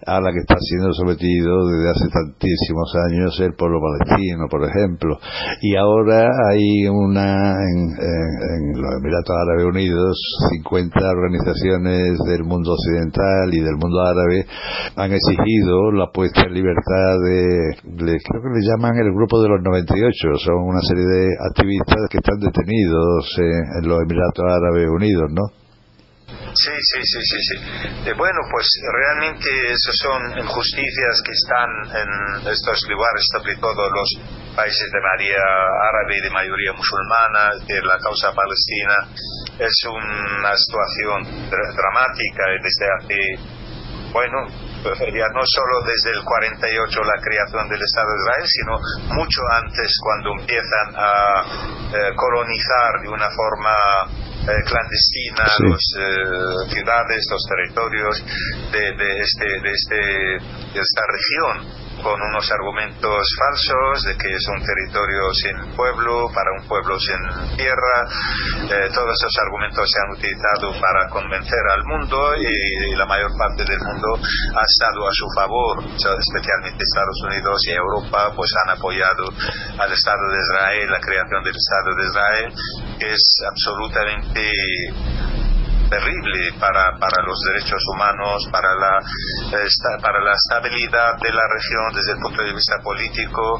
a la que está siendo sometido desde hace tantísimos años el pueblo palestino, por ejemplo. Y ahora hay una, en, en, en los Emiratos Árabes Unidos, cincuenta organizaciones del mundo occidental y del mundo árabe han exigido la puesta en libertad de, de creo que le llaman el grupo de los noventa y ocho, son una serie de activistas que están detenidos en, en los Emiratos Árabes Unidos, ¿no? Sí, sí, sí, sí, sí. Eh, bueno, pues realmente esas son injusticias que están en estos lugares, sobre todo los países de mayoría árabe y de mayoría musulmana, que la causa palestina es una situación dr- dramática desde hace, bueno, ya no solo desde el cuarenta y ocho la creación del Estado de Israel, sino mucho antes, cuando empiezan a eh, colonizar de una forma eh, clandestina sí. las eh, ciudades, los territorios de, de, este, de, este, de esta región, con unos argumentos falsos de que es un territorio sin pueblo, para un pueblo sin tierra. Eh, todos esos argumentos se han utilizado para convencer al mundo, y, y la mayor parte del mundo ha estado a su favor, especialmente Estados Unidos y Europa, pues han apoyado al Estado de Israel, la creación del Estado de Israel, que es absolutamente terrible para, para los derechos humanos, para la, esta, para la estabilidad de la región desde el punto de vista político.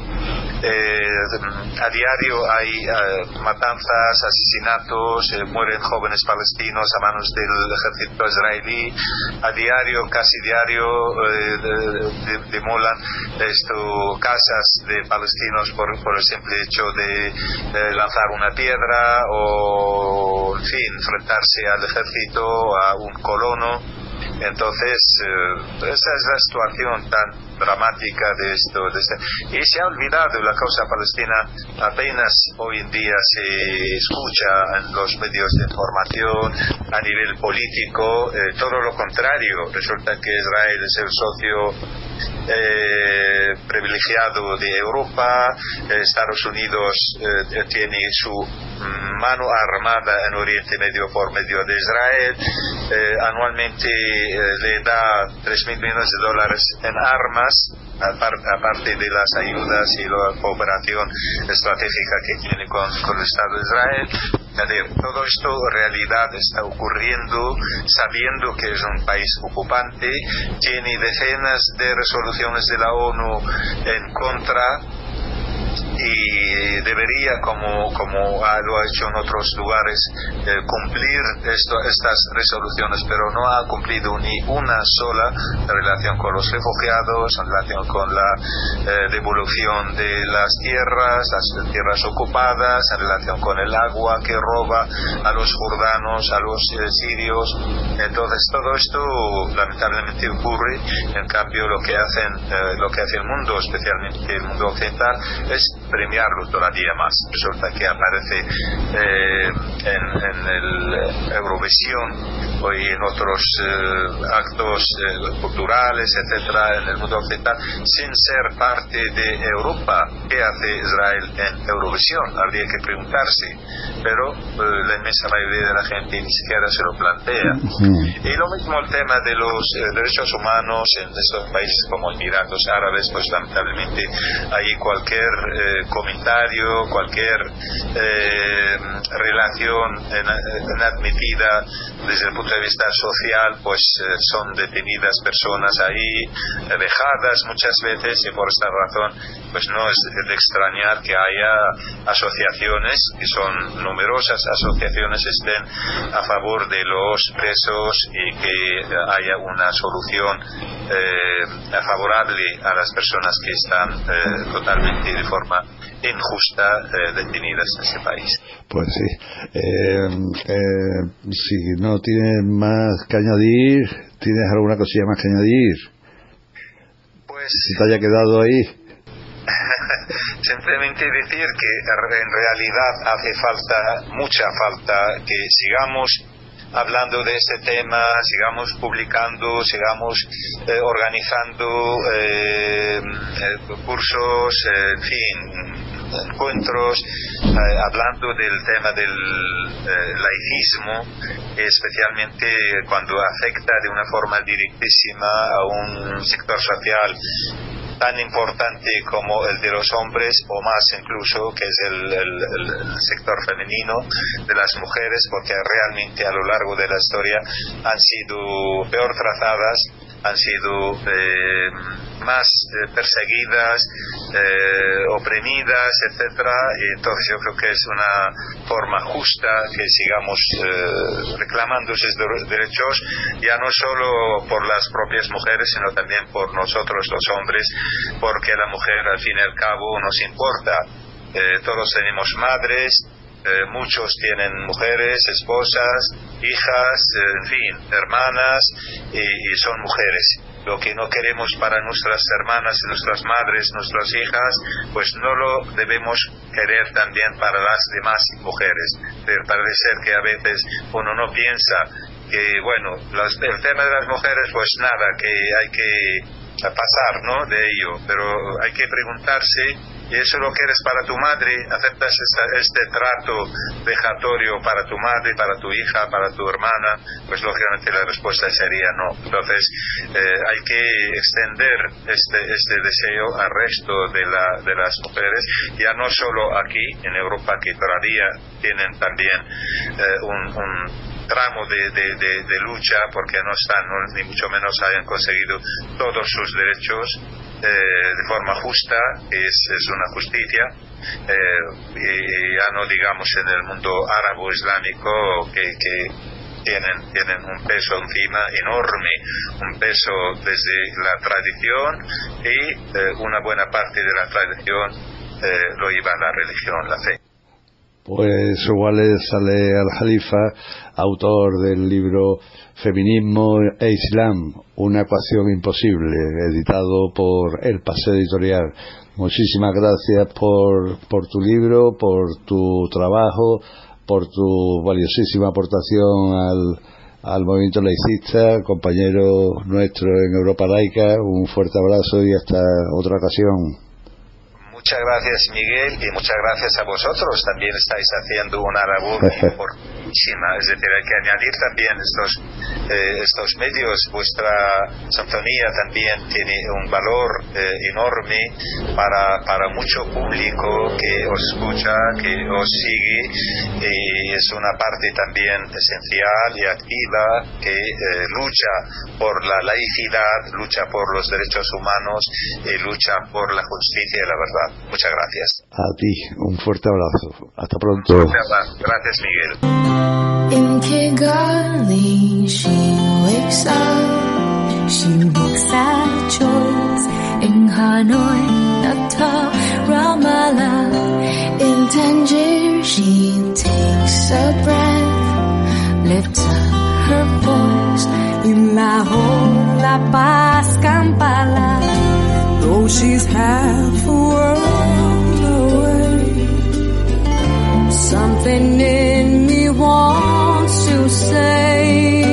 Eh, a diario hay eh, matanzas, asesinatos, eh, mueren jóvenes palestinos a manos del ejército israelí. A diario, casi diario, eh, de, de, demolan esto, casas de palestinos por, por el simple hecho de eh, lanzar una piedra o, en fin, enfrentarse al ejército, a un colono. Entonces eh, esa es la situación tan dramática de esto, de este. Y se ha olvidado la causa palestina, apenas hoy en día se escucha en los medios de información, a nivel político, eh, todo lo contrario. Resulta que Israel es el socio Eh, privilegiado de Europa. eh, Estados Unidos eh, tiene su mano armada en Oriente Medio por medio de Israel. eh, anualmente eh, le da tres mil millones de dólares en armas, aparte de las ayudas y la cooperación estratégica que tiene con, con el Estado de Israel. Todo esto en realidad está ocurriendo sabiendo que es un país ocupante, tiene decenas de resoluciones de la ONU en contra, y debería, como, como lo ha hecho en otros lugares, eh, cumplir esto, estas resoluciones, pero no ha cumplido ni una sola en relación con los refugiados, en relación con la eh, devolución de las tierras, las tierras ocupadas, en relación con el agua que roba a los jordanos, a los eh, sirios. Entonces todo esto lamentablemente ocurre. En cambio lo que hacen eh, lo que hace el mundo, especialmente el mundo occidental, es premiarlo todavía más. Resulta que aparece eh, en, en el Eurovisión o en otros eh, actos eh, culturales, etcétera, en el mundo occidental, sin ser parte de Europa. ¿Qué hace Israel en Eurovisión? Habría que preguntarse, pero eh, la inmensa mayoría de la gente ni siquiera se lo plantea. Uh-huh. Y lo mismo el tema de los eh, derechos humanos en estos países como Emiratos Árabes, pues lamentablemente hay cualquier eh, comentario, cualquier eh, relación inadmitida desde el punto de vista social, pues eh, son detenidas personas ahí, eh, dejadas muchas veces, y por esta razón pues no es de extrañar que haya asociaciones, que son numerosas asociaciones, estén a favor de los presos y que haya una solución eh, favorable a las personas que están eh, totalmente de forma injusta eh, detenidas en ese país. Pues sí. Eh, eh, si no tienes más que añadir, ¿tienes alguna cosilla más que añadir? Pues si te haya quedado ahí. Simplemente decir que en realidad hace falta, mucha falta, que sigamos hablando de este tema, sigamos publicando, sigamos eh, organizando eh, eh, cursos, eh, en fin, encuentros, eh, hablando del tema del eh, laicismo, especialmente cuando afecta de una forma directísima a un sector social tan importante como el de los hombres, o más incluso, que es el, el, el sector femenino de las mujeres, porque realmente a lo largo de la historia han sido peor tratadas, han sido eh, más eh, perseguidas, eh, oprimidas, etcétera. Y entonces yo creo que es una forma justa que sigamos eh, reclamando esos derechos, ya no solo por las propias mujeres, sino también por nosotros los hombres, porque la mujer al fin y al cabo nos importa. Eh, todos tenemos madres, eh, muchos tienen mujeres, esposas, hijas, eh, en fin, hermanas, y, y son mujeres. Lo que no queremos para nuestras hermanas, nuestras madres, nuestras hijas, pues no lo debemos querer también para las demás mujeres. Pero parece ser que a veces uno no piensa que, bueno, los, el tema de las mujeres, pues nada, que hay que pasar, ¿no?, de ello, pero hay que preguntarse, ¿y eso lo quieres para tu madre? ¿Aceptas esta, este trato vejatorio para tu madre, para tu hija, para tu hermana? Pues lógicamente la respuesta sería no. Entonces eh, hay que extender este este deseo al resto de la de las mujeres, ya no solo aquí en Europa, que todavía tienen también eh, un, un tramo de, de, de, de lucha, porque no están, no, ni mucho menos hayan conseguido todos sus derechos eh, de forma justa, que es, es una justicia, eh, y ya no digamos en el mundo árabo-islámico, que, que tienen, tienen un peso encima enorme, un peso desde la tradición, y eh, una buena parte de la tradición eh, lo iba a la religión, la fe. Pues Walid Saleh Al-Jalifa, autor del libro Feminismo e Islam, una ecuación imposible, editado por El Paseo Editorial. Muchísimas gracias por, por tu libro, por tu trabajo, por tu valiosísima aportación al, al movimiento laicista, compañero nuestro en Europa Laica. Un fuerte abrazo y hasta otra ocasión. Muchas gracias, Miguel, y muchas gracias a vosotros. También estáis haciendo una labor importantísima. Es decir, hay que añadir también estos eh, estos medios. Vuestra sintonía también tiene un valor eh, enorme para para mucho público que os escucha, que os sigue, y es una parte también esencial y activa que eh, lucha por la laicidad, lucha por los derechos humanos y lucha por la justicia y la verdad. Muchas gracias. A ti, un fuerte abrazo. Hasta pronto. Gracias, Miguel. In Kigali, she wakes up, she makes that choice. In Hanoi, Natal, Ramallah, in Tangier, she takes a breath, lifts up her voice. In Lahore, La Paz, Kampala, though she's half a world away, something in me wants to say,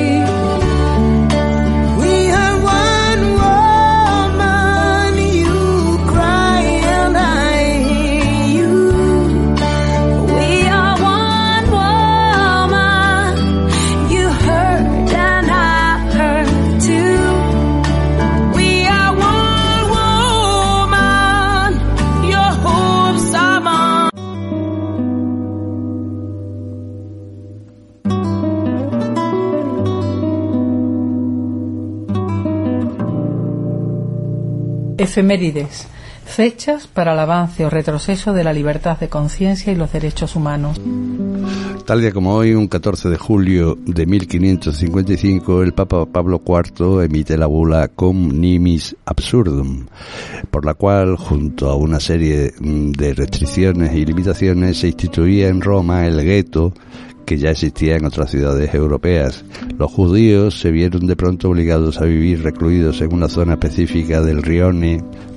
we are one woman, you cry and I hear you. We are one woman, you hurt and I hurt too. We are one woman, your hopes are mine. Efemérides. Fechas para el avance o retroceso de la libertad de conciencia y los derechos humanos. Tal día como hoy, un catorce de julio de mil quinientos cincuenta y cinco, el Papa Pablo cuarto emite la bula Cum Nimis Absurdum, por la cual, junto a una serie de restricciones y limitaciones, se instituía en Roma el gueto, que ya existía en otras ciudades europeas. Los judíos se vieron de pronto obligados a vivir recluidos en una zona específica del Rione,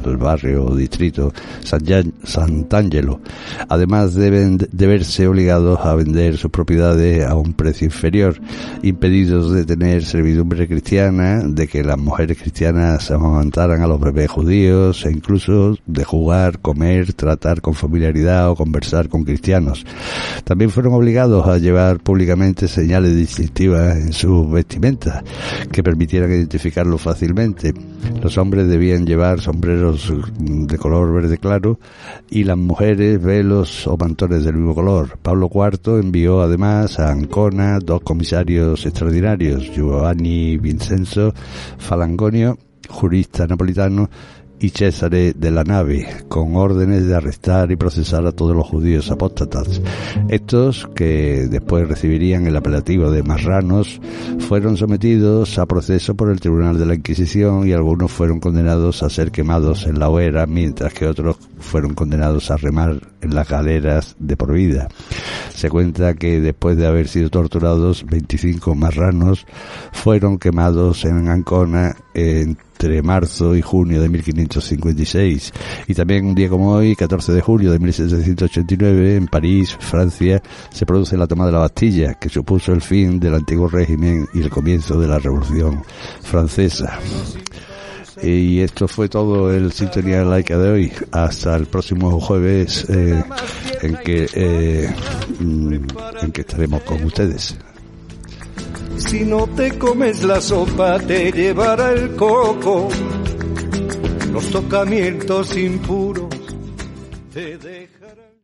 el barrio o distrito Sant'Angelo, además deben de verse obligados a vender sus propiedades a un precio inferior, impedidos de tener servidumbre cristiana, de que las mujeres cristianas amamantaran a los bebés judíos e incluso de jugar, comer, tratar con familiaridad o conversar con cristianos. También fueron obligados a llevar públicamente señales distintivas en sus vestimentas que permitieran identificarlos fácilmente. Los hombres debían llevar sombreros de color verde claro y las mujeres velos o mantones del mismo color. Pablo cuarto envió además a Ancona dos comisarios extraordinarios, Giovanni Vincenzo Falangonio, jurista napolitano, y Césare de la Nave, con órdenes de arrestar y procesar a todos los judíos apóstatas. Estos, que después recibirían el apelativo de marranos, fueron sometidos a proceso por el Tribunal de la Inquisición y algunos fueron condenados a ser quemados en la hoguera, mientras que otros fueron condenados a remar en las galeras de por vida. Se cuenta que después de haber sido torturados, veinticinco marranos fueron quemados en Ancona en entre marzo y junio de mil quinientos cincuenta y seis, y también un día como hoy, catorce de julio de mil setecientos ochenta y nueve, en París, Francia, se produce la toma de la Bastilla, que supuso el fin del antiguo régimen y el comienzo de la Revolución Francesa. Y esto fue todo el Sintonía Laica de hoy. Hasta el próximo jueves, eh, en que eh, en que estaremos con ustedes. Si no te comes la sopa, te llevará el coco. Los tocamientos impuros te dejarán.